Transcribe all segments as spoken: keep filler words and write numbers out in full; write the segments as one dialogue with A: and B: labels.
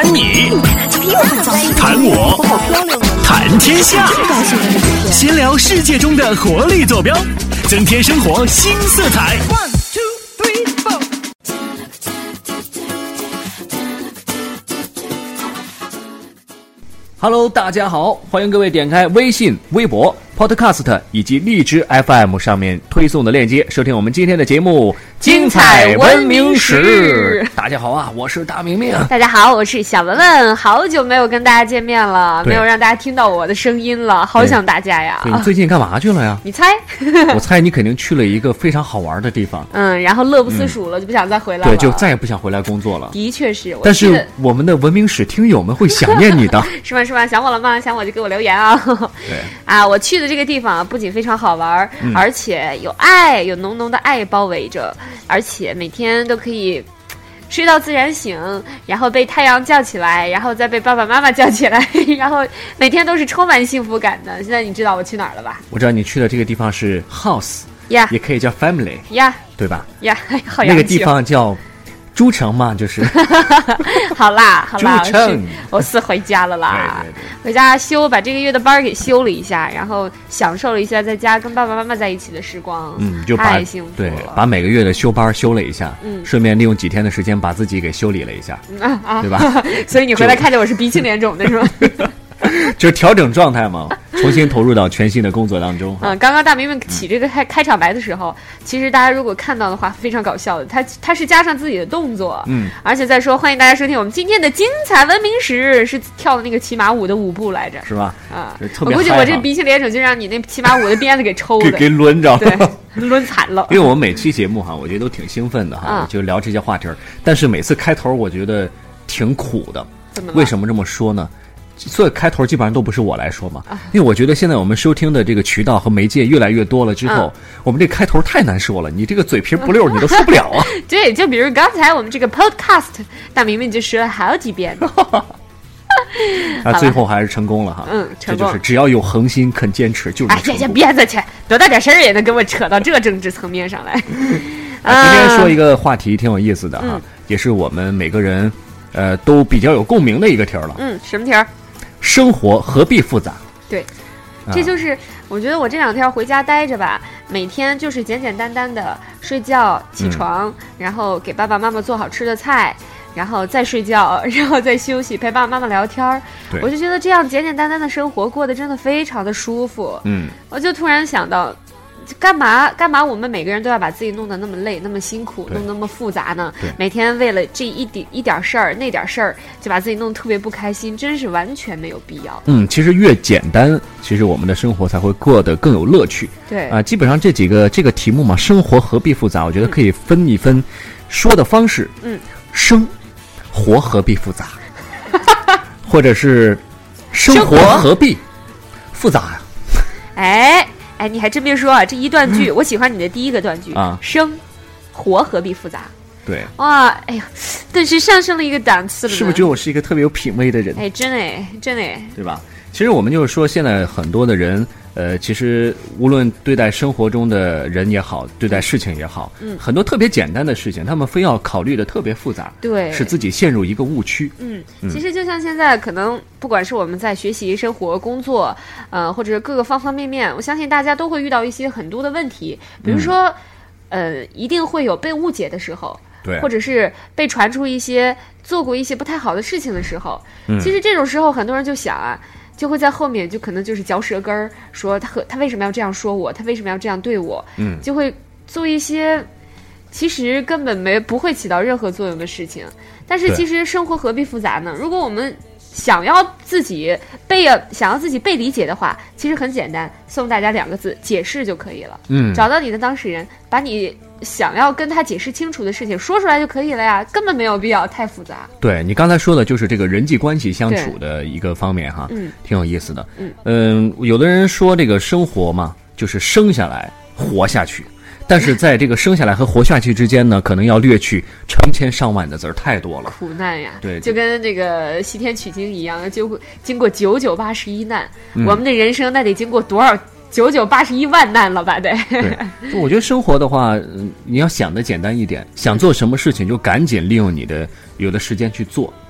A: 谈你，谈我，谈天下，闲聊世界中的活力坐标，增添生活新色彩。Hello， 大家好，欢迎各位点开微信、微博、Podcast 以及荔枝 F M 上面推送的链接，收听我们今天的节目《精彩文明史》。大家好啊，我是大明明。
B: 大家好，我是小文文。好久没有跟大家见面了，没有让大家听到我的声音了，好想大家呀。
A: 对，你最近干嘛去了呀？
B: 你猜？
A: 我猜你肯定去了一个非常好玩的地方。
B: 嗯，然后乐不思蜀了，嗯、就不想再回来了。
A: 对，就再也不想回来工作了。
B: 的确是。
A: 但是我们的文明史听友们会想念你的。
B: 是吗？是吗？想我了吗？想我就给我留言啊。
A: 对。
B: 啊，我去的这个地方不仅非常好玩，嗯、而且有爱，有浓浓的爱包围着，而且每天都可以睡到自然醒，然后被太阳叫起来，然后再被爸爸妈妈叫起来，然后每天都是充满幸福感的。现在你知道我去哪儿了吧？
A: 我知道你去的这个地方是 house，
B: 呀、
A: yeah, 也可以叫 family，
B: 呀、yeah,
A: 对吧？
B: 呀、yeah, 好
A: 那个地方叫猪城嘛，就是
B: 好啦好啦，
A: 猪城，
B: 我是回家了啦。
A: 对对对，
B: 回家休把这个月的班给休了一下，然后享受了一下在家跟爸爸妈妈在一起的时光。
A: 嗯，就把
B: 太幸福了。
A: 对，把每个月的休班休了一下，
B: 嗯，
A: 顺便利用几天的时间把自己给修理了一下，
B: 嗯、啊啊，
A: 对吧？
B: 所以你回来看见我是鼻青脸肿的是吗？
A: 就是调整状态嘛，重新投入到全新的工作当中。
B: 嗯，刚刚大明明起这个开、嗯、开场白的时候，其实大家如果看到的话，非常搞笑的。他他是加上自己的动作，
A: 嗯，
B: 而且再说欢迎大家收听我们今天的精彩文明史，是跳的那个骑马舞的舞步来着，
A: 是吧？
B: 啊，
A: 我
B: 估计我这鼻青脸肿就让你那骑马舞的鞭子给抽
A: 的，给给抡着，
B: 对，抡惨了。
A: 因为我们每期节目哈，我觉得都挺兴奋的哈，嗯、就聊这些话题儿。但是每次开头我觉得挺苦的，
B: 怎么了？
A: 为什么这么说呢？所有开头基本上都不是我来说嘛，啊、因为我觉得现在我们收听的这个渠道和媒介越来越多了之后，嗯、我们这开头太难说了，你这个嘴皮不溜，你都说不了啊。
B: 对，就比如刚才我们这个 podcast， 大明明就说了好几遍。
A: 啊，最后还是成功了哈。
B: 嗯，成功。
A: 这就是只要有恒心肯坚持，就是
B: 哎呀呀，鞭子去，多大点事儿也能给我扯到这政治层面上来。
A: 啊，今天说一个话题挺有意思的哈，嗯、也是我们每个人呃都比较有共鸣的一个题儿了。
B: 嗯，什么题儿？
A: 生活何必复杂？
B: 对，这就是我觉得我这两天回家待着吧，每天就是简简单单的睡觉、起床，嗯、然后给爸爸妈妈做好吃的菜，然后再睡觉，然后再休息，陪爸爸妈妈聊天。我就觉得这样简简单单的生活过得真的非常的舒服。
A: 嗯，
B: 我就突然想到。干嘛干嘛我们每个人都要把自己弄得那么累那么辛苦弄得那么复杂呢？每天为了这一点一点事儿那点事儿就把自己弄得特别不开心，真是完全没有必要。
A: 嗯，其实越简单其实我们的生活才会过得更有乐趣。
B: 对
A: 啊、呃，基本上这几个这个题目嘛，生活何必复杂，我觉得可以分一分说的方式。
B: 嗯，
A: 生活何必复杂或者是生活何必复杂呀？
B: 哎哎，你还真别说啊，这一段句、嗯、我喜欢你的第一个段句
A: 啊，
B: 生活何必复杂？
A: 对，
B: 哇，哎呀，顿时上升了一个档次了。
A: 是不是觉得我是一个特别有品味的人？
B: 哎，真哎，真哎，
A: 对吧？其实我们就是说，现在很多的人，呃，其实无论对待生活中的人也好，对待事情也好，
B: 嗯，
A: 很多特别简单的事情，他们非要考虑的特别复杂，
B: 对，
A: 使自己陷入一个误区。
B: 嗯，其实就像现在，可能不管是我们在学习、生活、工作，呃，或者各个方方面面，我相信大家都会遇到一些很多的问题，比如说，嗯、呃，一定会有被误解的时候。
A: 对，
B: 或者是被传出一些做过一些不太好的事情的时候，
A: 嗯、
B: 其实这种时候很多人就想啊，就会在后面就可能就是嚼舌根儿，说他和他为什么要这样说我，他为什么要这样对我，
A: 嗯，
B: 就会做一些其实根本没不会起到任何作用的事情。但是其实生活何必复杂呢？如果我们想要自己被想要自己被理解的话，其实很简单，送大家两个字：解释就可以了。
A: 嗯，
B: 找到你的当事人，把你想要跟他解释清楚的事情说出来就可以了呀，根本没有必要太复杂。
A: 对，你刚才说的就是这个人际关系相处的一个方面哈，
B: 嗯，
A: 挺有意思的。
B: 嗯
A: 嗯，有的人说这个生活嘛，就是生下来活下去。但是在这个生下来和活下去之间呢，可能要略去成千上万的字儿，太多了。
B: 苦难呀，
A: 对，
B: 就跟这个西天取经一样，就经过九九八十一难、嗯，我们的人生那得经过多少九九八十一万难了吧？得。
A: 对，我觉得生活的话，你要想的简单一点，想做什么事情就赶紧利用你的有的时间去做。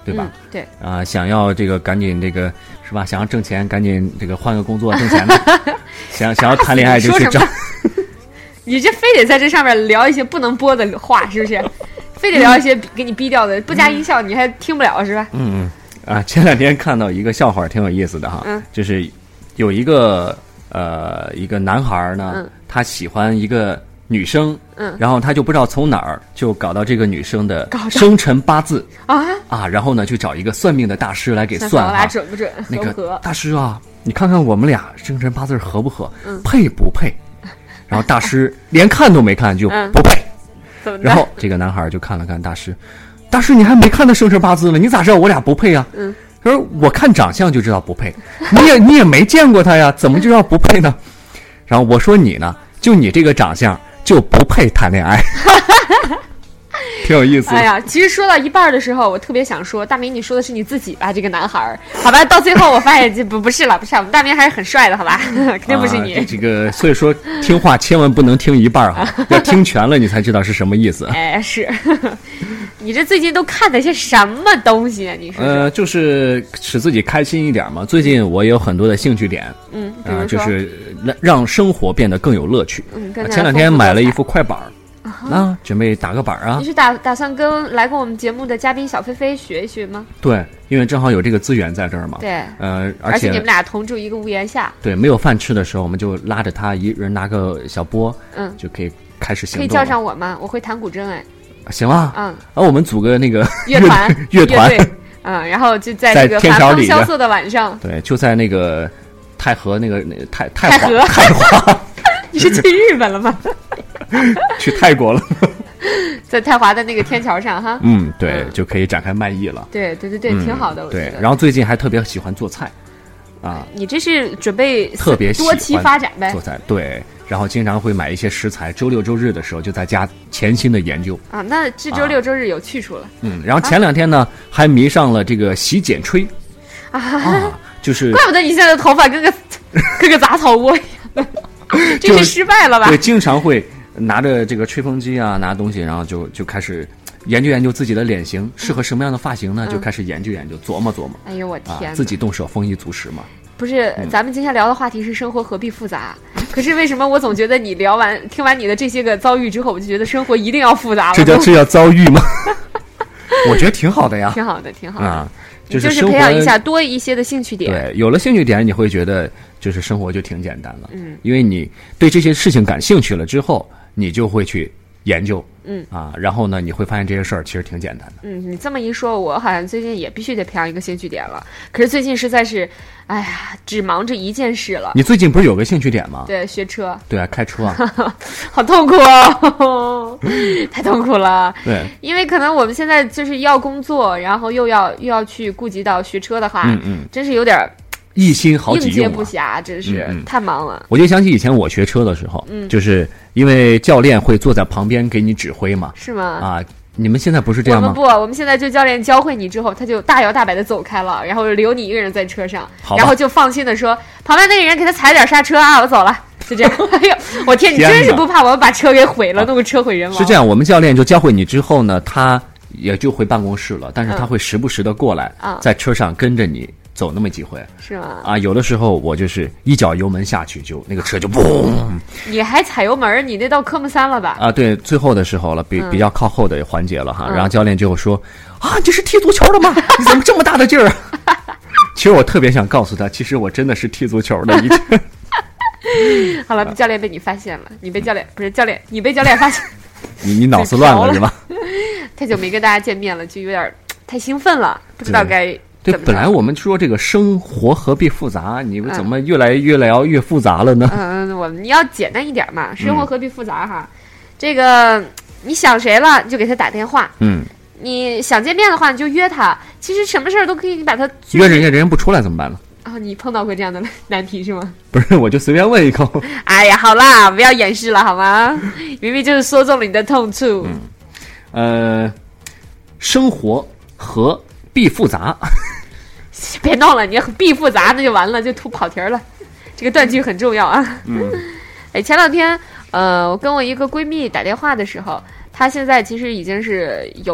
A: 对吧？
B: 嗯、对
A: 啊、呃，想要这个赶紧这个是吧？想要挣钱，赶紧这个换个工作挣钱的，想想要谈恋爱就去找。
B: 你这非得在这上面聊一些不能播的话，是不是？非得聊一些给你逼掉的，不加音效你还听不了是吧？
A: 嗯嗯啊，前两天看到一个笑话，挺有意思的哈，
B: 嗯、
A: 就是有一个呃一个男孩呢，
B: 嗯、
A: 他喜欢一个女生，
B: 嗯，
A: 然后他就不知道从哪儿就搞到这个女生的生辰八字
B: 啊
A: 啊，然后呢去找一个算命的大师来给算
B: 哈，准不准？
A: 那个大师啊，你看看我们俩生辰八字合不合？
B: 嗯、
A: 配不配？然后大师连看都没看就不配。
B: 嗯
A: 然后这个男孩就看了看大师，大师你还没看他生辰八字呢，你咋知道我俩不配啊？
B: 嗯，
A: 他说我看长相就知道不配，你也你也没见过他呀，怎么就知道不配呢？然后我说你呢，就你这个长相就不配谈恋爱。挺有意思的。
B: 哎呀，其实说到一半的时候，我特别想说，大明，你说的是你自己吧？这个男孩，好吧？到最后我发现这不不是了，不是，我们大明还是很帅的，好吧？肯定不是你。
A: 啊、这个，所以说听话千万不能听一半哈，要听全了你才知道是什么意思。
B: 哎，是。你这最近都看的些什么东西啊？你说？
A: 呃，就是使自己开心一点嘛。最近我也有很多的兴趣点，
B: 嗯，比如说、
A: 呃、就是让生活变得更有乐趣。
B: 嗯，
A: 前两天买了一副快板。啊，准备打个板啊！
B: 你是打打算跟来过我们节目的嘉宾小飞飞学一学吗？
A: 对，因为正好有这个资源在这儿嘛。
B: 对，
A: 呃，
B: 而
A: 且
B: 你们俩同住一个屋檐下。
A: 对，没有饭吃的时候，我们就拉着他一人拿个小钵，
B: 嗯，
A: 就可以开始行动。
B: 可以叫上我吗？我会弹古筝哎。
A: 行啊，
B: 嗯，
A: 啊，我们组个那个
B: 乐团，
A: 乐团，
B: 嗯，然后就在这个
A: 天桥里
B: 寒风萧瑟的晚上，
A: 对，就在那个太和那个那个太
B: 太
A: 和太华。
B: 你是去日本了吗？
A: 去泰国了。
B: 在太华的那个天桥上哈，
A: 嗯，对，嗯、就可以展开卖艺了。
B: 对对对对，嗯、挺好的，我觉得。
A: 对，然后最近还特别喜欢做菜，啊，
B: 你这是准备
A: 特别
B: 多期发展呗？
A: 做菜，对，然后经常会买一些食材，周六周日的时候就在家潜心的研究。
B: 啊，那这周六周日有去处了。
A: 啊、嗯，然后前两天呢，啊、还迷上了这个洗剪吹，
B: 啊，
A: 啊就是
B: 怪不得你现在的头发跟个跟个杂草窝一样，这是失败了吧？
A: 对，经常会。拿着这个吹风机啊，拿东西，然后就就开始研究研究自己的脸型，适合什么样的发型呢？
B: 嗯、
A: 就开始研究研究，琢磨琢磨。
B: 哎呦我天、
A: 啊！自己动手，丰衣足食嘛。
B: 不是，嗯、咱们今天聊的话题是生活何必复杂？可是为什么我总觉得你聊完听完你的这些个遭遇之后，我就觉得生活一定要复杂了？
A: 这叫这叫遭遇吗？我觉得挺好的呀，
B: 挺好的，挺好的。
A: 啊，
B: 就是培养一下多一些的兴趣点。
A: 对，有了兴趣点，你会觉得就是生活就挺简单了。
B: 嗯，
A: 因为你对这些事情感兴趣了之后。你就会去研究，
B: 嗯
A: 啊，然后呢，你会发现这些事儿其实挺简单的。
B: 嗯，你这么一说，我好像最近也必须得培养一个兴趣点了。可是最近实在是，哎呀，只忙着一件事了。
A: 你最近不是有个兴趣点吗？
B: 对，学车。
A: 对啊，开车啊，
B: 好痛苦哦，太痛苦了。
A: 对，
B: 因为可能我们现在就是要工作，然后又要又要去顾及到学车的话，
A: 嗯嗯，
B: 真是有点。
A: 一心好几用、啊，
B: 应接不暇，真是、
A: 嗯嗯、
B: 太忙了。
A: 我就想起以前我学车的时候，
B: 嗯，
A: 就是因为教练会坐在旁边给你指挥嘛，
B: 是吗？
A: 啊，你们现在不是这样吗？
B: 我们不，我们现在就教练教会你之后，他就大摇大摆的走开了，然后留你一个人在车上，然后就放心的说，旁边那个人给他踩点刹车啊，我走了，就这样。哎呦，我天，你真是不怕我把车给毁了，啊、弄个车毁人亡？
A: 是这样，我们教练就教会你之后呢，他也就回办公室了，但是他会时不时的过来，
B: 嗯、
A: 在车上跟着你。走那么几回
B: 是吗？
A: 啊，有的时候我就是一脚油门下去，就那个车就嘣。
B: 你还踩油门？你那到科目三了吧？
A: 啊，对，最后的时候了，比、
B: 嗯、
A: 比较靠后的环节了哈。
B: 嗯、
A: 然后教练就说：“啊，你这是踢足球的吗？你怎么这么大的劲儿？”其实我特别想告诉他，其实我真的是踢足球的。
B: 好了，教练被你发现了，你被教练不是教练，你被教练发现。
A: 你你脑子乱了是吧？
B: 太久没跟大家见面了，就有点太兴奋了，不知道该。
A: 对，本来我们说这个生活何必复杂，你们怎么越来越聊越复杂了呢？
B: 嗯，我们要简单一点嘛，生活何必复杂哈。嗯、这个你想谁了，你就给他打电话。
A: 嗯，
B: 你想见面的话，你就约他。其实什么事儿都可以，你把他
A: 约人家，人家不出来怎么办呢？
B: 啊、哦，你碰到过这样的难题是吗？
A: 不是，我就随便问一口。
B: 哎呀，好啦，不要掩饰了好吗？明明就是说中了你的痛处。
A: 嗯，呃，生活何必复杂？
B: 别闹了，你必复杂那就完了，就吐跑题了。这个断句很重要啊。
A: 嗯，
B: 哎，前两天，呃，我跟我一个闺蜜打电话的时候，她现在其实已经是有，她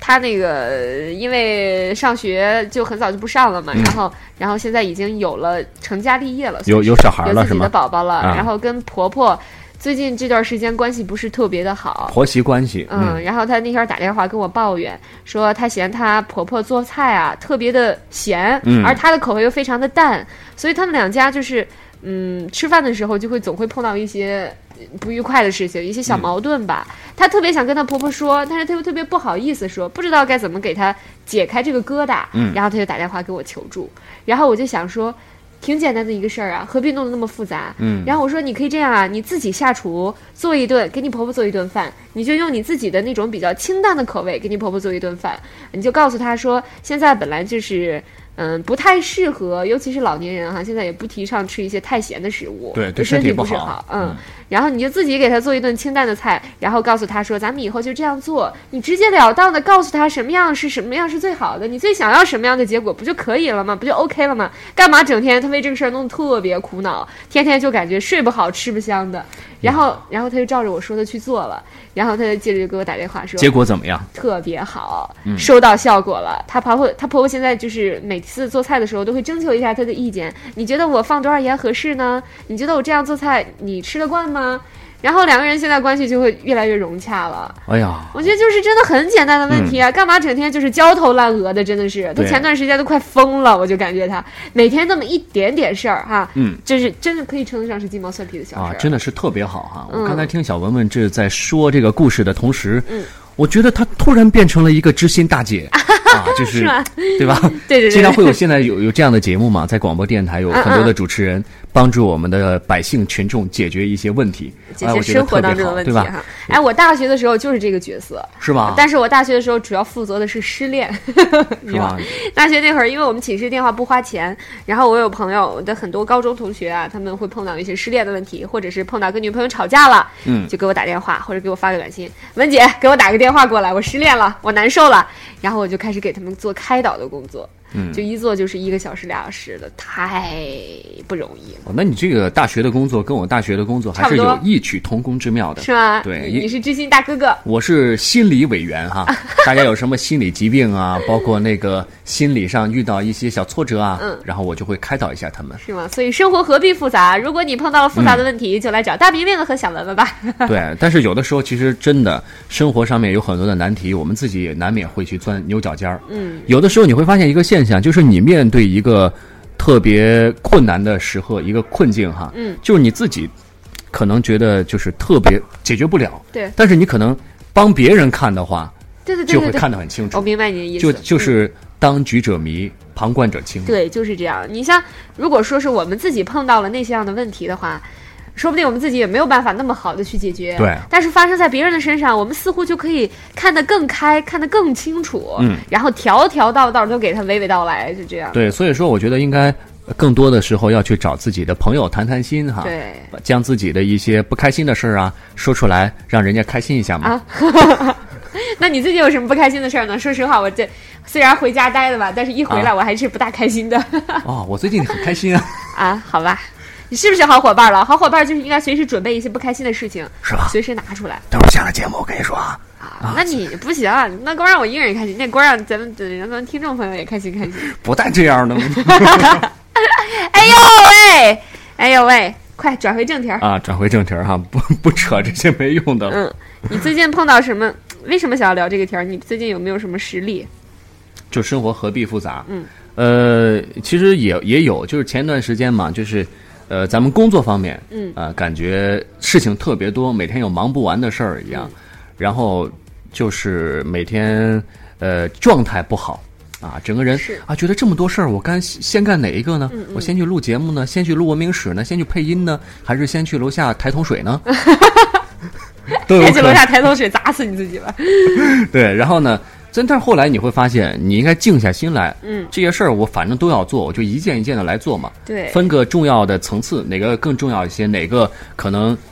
B: 她那个因为上学就很早就不上了嘛，嗯、然后然后现在已经有了成家立业了，
A: 有有小孩了，
B: 有自己的宝宝了，
A: 啊、
B: 然后跟婆婆。最近这段时间关系不是特别的好，
A: 婆媳关系。
B: 嗯，嗯然后她那天打电话跟我抱怨，说她嫌她婆婆做菜啊特别的咸，嗯，而她的口味又非常的淡，所以他们两家就是，嗯，吃饭的时候就会总会碰到一些不愉快的事情，一些小矛盾吧。嗯、她特别想跟她婆婆说，但是她又特别不好意思说，不知道该怎么给她解开这个疙瘩。嗯，然后她就打电话给我求助，然后我就想说。挺简单的一个事儿啊，何必弄得那么复杂？嗯，然后我说你可以这样啊，你自己下厨做一顿，给你婆婆做一顿饭，你就用你自己的那种比较清淡的口味给你婆婆做一顿饭，你就告诉她说，现在本来就是嗯不太适合，尤其是老年人哈，现在也不提倡吃一些太咸的食物，
A: 对，对
B: 身体
A: 不
B: 是好，嗯。嗯然后你就自己给她做一顿清淡的菜，然后告诉她说，咱们以后就这样做，你直截了当的告诉她什么样是什么样是最好的，你最想要什么样的结果，不就可以了吗？不就 OK 了吗？干嘛整天她为这个事儿弄得特别苦恼，天天就感觉睡不好吃不香的，然后然后她就照着我说的去做了，然后她就接着就给我打电话说，
A: 结果怎么样？
B: 特别好，嗯、收到效果了。她婆婆她婆婆现在就是每次做菜的时候都会征求一下她的意见，你觉得我放多少盐合适呢？你觉得我这样做菜你吃得惯吗？然后两个人现在关系就会越来越融洽了。
A: 哎呀，
B: 我觉得就是真的很简单的问题啊，嗯、干嘛整天就是焦头烂额的？真的是，他前段时间都快疯了，我就感觉他每天那么一点点事儿哈，嗯，就是真的可以称得上是鸡毛蒜皮的小事
A: 啊，真的是特别好哈。我刚才听小文文这在说这个故事的同时，嗯。我觉得她突然变成了一个知心大姐啊，就是，是对吧？
B: 对对对，
A: 经常会有现在有有这样的节目嘛，在广播电台有很多的主持人帮助我们的百姓群众解决一些问题，
B: 解决生活当中的问题
A: 哈。
B: 哎，我大学的时候就是这个角色，
A: 是吧？
B: 但是我大学的时候主要负责的是失恋，
A: 是吧？
B: 大学那会儿，因为我们寝室电话不花钱，然后我有朋友，我的很多高中同学啊，他们会碰到一些失恋的问题，或者是碰到跟女朋友吵架了，嗯，就给我打电话或者给我发个短信，文姐给我打个电话过来，我失恋了，我难受了，然后我就开始给他们做开导的工作。嗯，就一做就是一个小时俩小时的，太不容易了。
A: 哦，那你这个大学的工作跟我大学的工作还是有异曲同工之妙的，
B: 是吗？
A: 对，
B: 你是知心大哥哥，
A: 我是心理委员哈。大家有什么心理疾病啊，包括那个心理上遇到一些小挫折啊，嗯，然后我就会开导一下他们，
B: 是吗？所以生活何必复杂？如果你碰到了复杂的问题，嗯、就来找大明明和小文文吧。
A: 对，但是有的时候其实真的生活上面有很多的难题，我们自己也难免会去钻牛角尖儿。嗯，有的时候你会发现一个现象，就是你面对一个特别困难的时候，一个困境哈，嗯，就是你自己可能觉得就是特别解决不了，
B: 对，
A: 但是你可能帮别人看的话，
B: 对对对，
A: 就会看得很清楚。
B: 我明白你的意思，
A: 就就是当局者迷，嗯、旁观者清。
B: 对，就是这样。你像如果说是我们自己碰到了那些样的问题的话，说不定我们自己也没有办法那么好的去解决。
A: 对，
B: 但是发生在别人的身上，我们似乎就可以看得更开，看得更清楚。嗯，然后条条道道都给他娓娓道来，就这样。
A: 对，所以说我觉得应该更多的时候要去找自己的朋友谈谈心哈。
B: 对，
A: 将自己的一些不开心的事儿啊说出来，让人家开心一下嘛。
B: 啊，那你最近有什么不开心的事儿呢？说实话，我这虽然回家待了吧，但是一回来我还是不大开心的。
A: 啊、哦，我最近很开心啊。
B: 啊，好吧。你是不是好伙伴了？好伙伴就是应该随时准备一些不开心的事情，
A: 是吧？
B: 随时拿出来。
A: 等会儿下了节目，我跟你说啊。
B: 啊，那你不行，那光让我一个人开心，那光让咱们让咱们听众朋友也开心开心。
A: 不带这样的吗？
B: 哎呦喂，哎呦喂，快转回正题
A: 啊！转回正题哈，不不扯这些没用的。
B: 嗯，你最近碰到什么？为什么想要聊这个题儿？你最近有没有什么实例？
A: 就生活何必复杂？嗯，呃，其实也也有，就是前段时间嘛，就是。呃，咱们工作方面，嗯，啊、呃，感觉事情特别多，每天有忙不完的事儿一样，嗯、然后就是每天呃状态不好啊，整个人啊觉得这么多事儿，我该先干哪一个呢？嗯嗯我先去录节目呢，先去录文明史呢，先去配音呢，还是先去楼下抬桶水呢？
B: 先去楼下抬桶水砸死你自己吧。
A: 对，然后呢？但是后来你会发现，你应该静下心来，嗯，这些事儿我反正都要做，我就一件一件的来做嘛，
B: 对，
A: 分个重要的层次，哪个更重要一些，哪个可能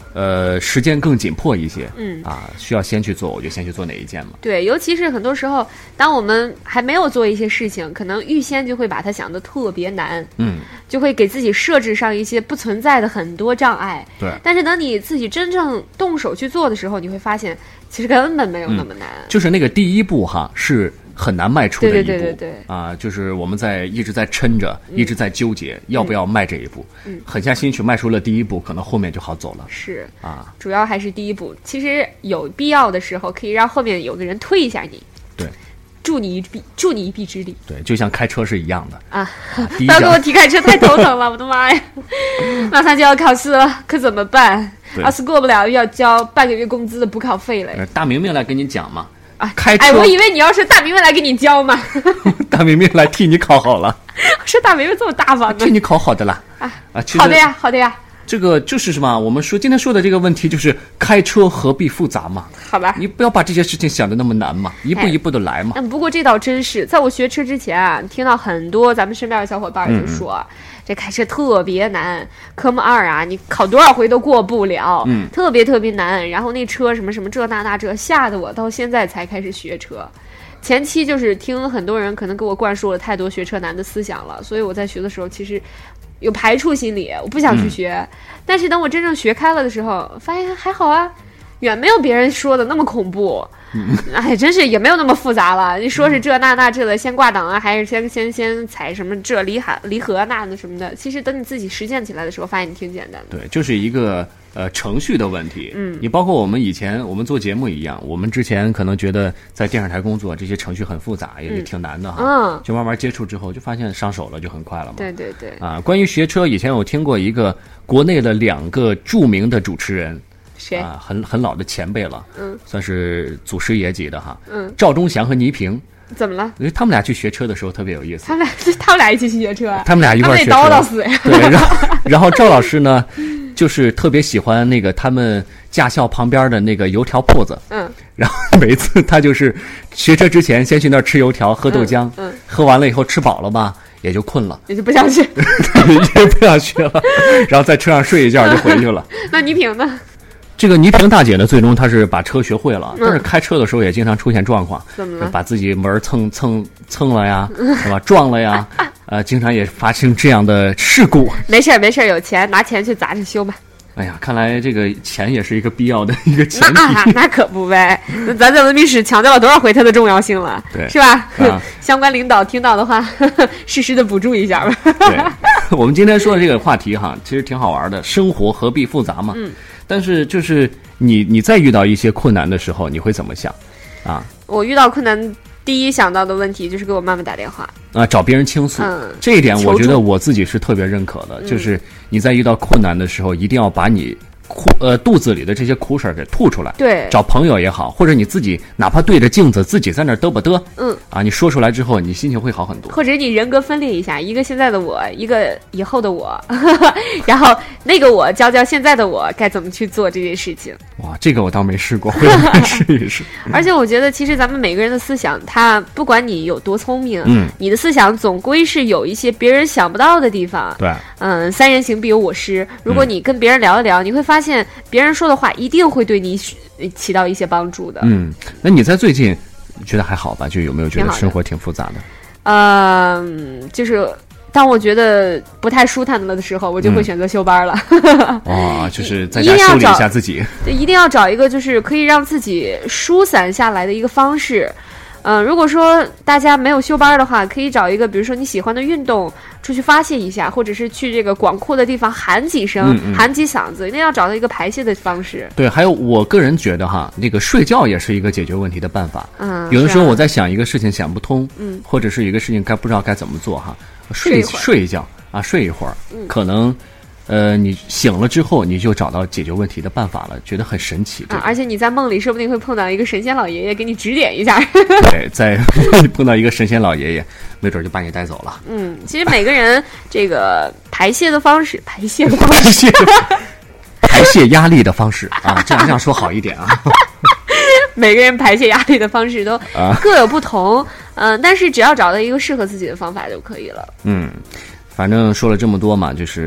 A: 呃，时间更紧迫一些，
B: 嗯
A: 啊，需要先去做，我就先去做哪一件嘛。
B: 对，尤其是很多时候，当我们还没有做一些事情，可能预先就会把它想得特别难，
A: 嗯，
B: 就会给自己设置上一些不存在的很多障碍。
A: 对。
B: 但是等你自己真正动手去做的时候，你会发现，其实根本没有那么难。嗯、
A: 就是那个第一步哈，是很难迈出的一步。
B: 对对对对对。
A: 啊，就是我们在一直在抻着，嗯、一直在纠结、嗯、要不要迈这一步。
B: 嗯。
A: 狠下心去迈出了第一步，可能后面就好走了。
B: 是
A: 啊，
B: 主要还是第一步。其实有必要的时候，可以让后面有个人推一下你。
A: 对。
B: 助你一臂，助你一臂之力。
A: 对，就像开车是一样的
B: 啊！不要给我提开车，太头疼了，我的妈呀！马上就要考试了，可怎么办？要是过不了，要交半个月工资的补考费了。
A: 大明明来跟你讲嘛，
B: 啊，
A: 开车。
B: 哎，我以为你要是大明明来给你交嘛。
A: 大明明来替你考好了。
B: 我说大明明这么大方的。
A: 替你考好的啦。啊
B: 啊，好的呀，好的呀。
A: 这个就是什么？我们说今天说的这个问题就是开车何必复杂嘛？
B: 好吧，
A: 你不要把这些事情想得那么难嘛，一步一步的来嘛。
B: 嗯，不过这倒真是，在我学车之前啊，听到很多咱们身边的小伙伴就说，嗯、这开车特别难，科目二啊，你考多少回都过不了，
A: 嗯，
B: 特别特别难。然后那车什么什么这那那这，吓得我到现在才开始学车。前期就是听很多人可能给我灌输了太多学车难的思想了，所以我在学的时候其实有排除心理，我不想去学。嗯、但是等我真正学开了的时候，发现还好啊，远没有别人说的那么恐怖。嗯、哎，真是也没有那么复杂了。你说是这那那这的，先挂档啊，还是先先先踩什么这离海离合那那什么的？其实等你自己实践起来的时候，发现你挺简单的。
A: 对，就是一个呃程序的问题。
B: 嗯，
A: 你包括我们以前我们做节目一样，我们之前可能觉得在电视台工作这些程序很复杂，也是挺难的哈。
B: 嗯，
A: 就慢慢接触之后，就发现上手了就很快了嘛。
B: 对对对。啊，
A: 关于学车，以前我听过一个国内的两个著名的主持人。
B: 谁
A: 啊，很很老的前辈了，
B: 嗯，
A: 算是祖师爷级的哈，
B: 嗯，
A: 赵忠祥和倪萍，
B: 怎么了？
A: 因为他们俩去学车的时候特别有意思，
B: 他们俩他们俩一起去学车，
A: 他们俩一块学车，
B: 叨叨死呀。
A: 对，然后然后赵老师呢，就是特别喜欢那个他们驾校旁边的那个油条铺子，
B: 嗯，
A: 然后每次他就是学车之前先去那儿吃油条、喝豆浆，
B: 嗯，嗯
A: 喝完了以后吃饱了吧，也就困了，
B: 也就不想学，
A: 也不想学了，然后在车上睡一觉就回去了。
B: 那倪萍呢？
A: 这个倪萍大姐呢，最终她是把车学会了，但是开车的时候也经常出现状况，
B: 怎么了？
A: 把自己门蹭蹭蹭了呀，是吧？撞了呀，呃，经常也发生这样的事故。
B: 没事没事，有钱拿钱去砸着修吧。
A: 哎呀，看来这个钱也是一个必要的一个前提。
B: 那那可不呗，那咱在文明史强调了多少回它的重要性了，
A: 对，
B: 是吧？
A: 啊、
B: 相关领导听到的话，呵呵适时的补助一下吧。
A: 对，我们今天说的这个话题哈，其实挺好玩的，生活何必复杂嘛。
B: 嗯。
A: 但是就是你你在遇到一些困难的时候，你会怎么想？啊，
B: 我遇到困难，第一想到的问题就是给我妈妈打电话
A: 啊，找别人倾诉。
B: 嗯，
A: 这一点我觉得我自己是特别认可的，就是你在遇到困难的时候，一定要把你苦呃肚子里的这些苦水给吐出来。
B: 对，
A: 找朋友也好，或者你自己哪怕对着镜子自己在那儿嘚吧嘚，
B: 嗯，
A: 啊，你说出来之后，你心情会好很多。
B: 或者你人格分裂一下，一个现在的我，一个以后的我，然后那个我教教现在的我该怎么去做这件事情。
A: 哇，这个我倒没试过，回来试一试。
B: 而且我觉得，其实咱们每个人的思想，他不管你有多聪明，
A: 嗯，
B: 你的思想总归是有一些别人想不到的地方。
A: 对，
B: 嗯，三人行必有我师。如果你跟别人聊一聊，嗯、你会发现别人说的话一定会对你起到一些帮助的。
A: 嗯，那你在最近觉得还好吧？就有没有觉得生活挺复杂的？
B: 嗯、呃，就是当我觉得不太舒坦了的时候，我就会选择休班了。
A: 哇、嗯哦，就是在家修理一下自己。
B: 对，一定要找一个就是可以让自己疏散下来的一个方式。嗯、呃，如果说大家没有休班的话，可以找一个，比如说你喜欢的运动，出去发泄一下，或者是去这个广阔的地方喊几声，
A: 嗯嗯
B: 喊几嗓子，一定要找到一个排泄的方式。
A: 对，还有我个人觉得哈，那个睡觉也是一个解决问题的办法。
B: 嗯，
A: 有的时候我在想一个事情想不通，
B: 嗯，
A: 或者是一个事情该不知道该怎么做哈，睡睡一觉啊，睡一会儿，
B: 嗯、
A: 可能。呃，你醒了之后，你就找到解决问题的办法了，觉得很神奇。
B: 啊，而且你在梦里说不定会碰到一个神仙老爷爷给你指点一下。
A: 对，在碰到一个神仙老爷爷，没准就把你带走了。
B: 嗯，其实每个人这个排泄的方式，排泄的方式，
A: 排泄压力的方式啊，这样这样说好一点啊。
B: 每个人排泄压力的方式都各有不同，嗯、呃，但是只要找到一个适合自己的方法就可以了。
A: 嗯。反正说了这么多嘛，就是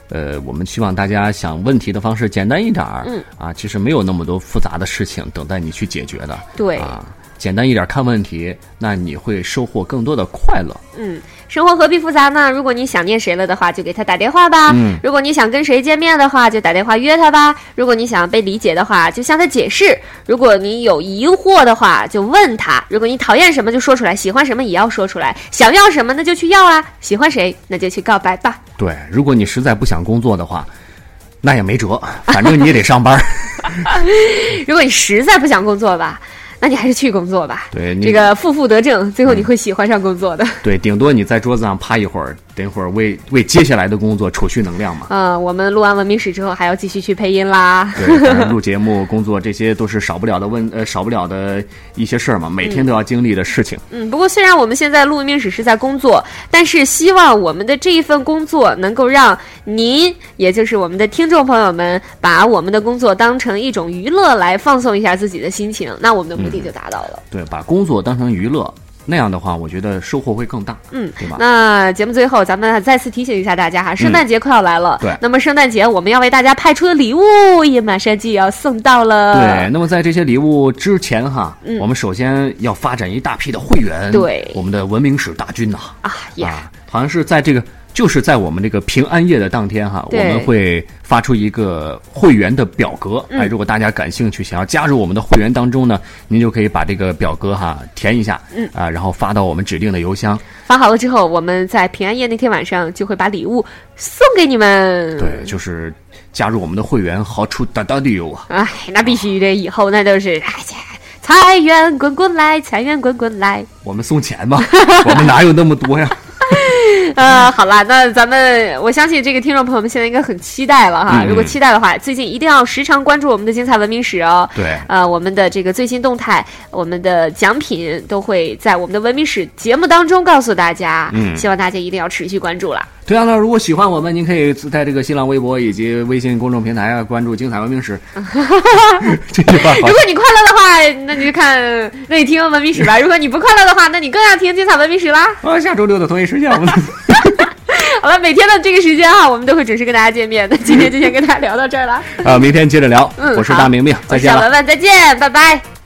A: 呃，我们希望大家想问题的方式简单一点儿，
B: 嗯
A: 啊，其实没有那么多复杂的事情等待你去解决的，
B: 对
A: 啊，简单一点看问题，那你会收获更多的快乐。
B: 嗯，生活何必复杂呢？如果你想念谁了的话，就给他打电话吧。
A: 嗯，
B: 如果你想跟谁见面的话，就打电话约他吧。如果你想被理解的话，就向他解释。如果你有疑惑的话，就问他。如果你讨厌什么就说出来，喜欢什么也要说出来。想要什么那就去要啊，喜欢谁那就去告白吧。
A: 对，如果你实在不想工作的话，那也没辙，反正你也得上班。
B: 如果你实在不想工作吧，那你还是去工作吧。
A: 对，
B: 这个负负得正，最后你会喜欢上工作的。
A: 对，顶多你在桌子上趴一会儿，等会儿为为接下来的工作储蓄能量嘛。
B: 嗯，我们录完文明史之后还要继续去配音啦。
A: 对，反正录节目、工作这些都是少不了的问呃少不了的一些事儿嘛，每天都要经历的事情。
B: 嗯，不过虽然我们现在录文明史是在工作，但是希望我们的这一份工作能够让您，也就是我们的听众朋友们，把我们的工作当成一种娱乐来放松一下自己的心情，那我们的目的就达到了。
A: 嗯、对，把工作当成娱乐。那样的话，我觉得收获会更大，
B: 嗯，
A: 对吧？
B: 那节目最后，咱们再次提醒一下大家哈，圣诞节快要来了，
A: 嗯、对。
B: 那么圣诞节我们要为大家派出的礼物也马上就要送到了，
A: 对。那么在这些礼物之前哈，
B: 嗯、
A: 我们首先要发展一大批的会员，
B: 对，
A: 我们的文明史大军呐，
B: 啊呀、
A: 啊，好像是在这个。就是在我们这个平安夜的当天哈，我们会发出一个会员的表格。
B: 嗯、
A: 哎，如果大家感兴趣，想要加入我们的会员当中呢，您就可以把这个表格哈填一下，
B: 嗯
A: 啊，然后发到我们指定的邮箱。
B: 发好了之后，我们在平安夜那天晚上就会把礼物送给你们。
A: 对，就是加入我们的会员，好处大大的有啊！
B: 哎，那必须的，以后那都是哎呀。财源滚滚来，财源滚滚来。
A: 我们送钱吧，我们哪有那么多呀？
B: 呃，好啦，那咱们我相信这个听众朋友们现在应该很期待了哈。嗯、如果期待的话，最近一定要时常关注我们的精彩文明史哦。
A: 对，
B: 呃，我们的这个最新动态，我们的奖品都会在我们的文明史节目当中告诉大家。
A: 嗯，
B: 希望大家一定要持续关注了。
A: 同样的，如果喜欢我们，您可以在这个新浪微博以及微信公众平台啊关注精彩文明史。这句话好。
B: 如果你快乐的话，那你就看，那你听文明史吧。如果你不快乐的话，那你更要听精彩文明史啦。
A: 啊，下周六的同一时间我们。
B: 好了，每天的这个时间哈，我们都会准时跟大家见面。那今天就先跟大家聊到这儿了。
A: 啊，明天接着聊。
B: 嗯，
A: 我是大明明，再见了。
B: 小文文，再见，拜拜。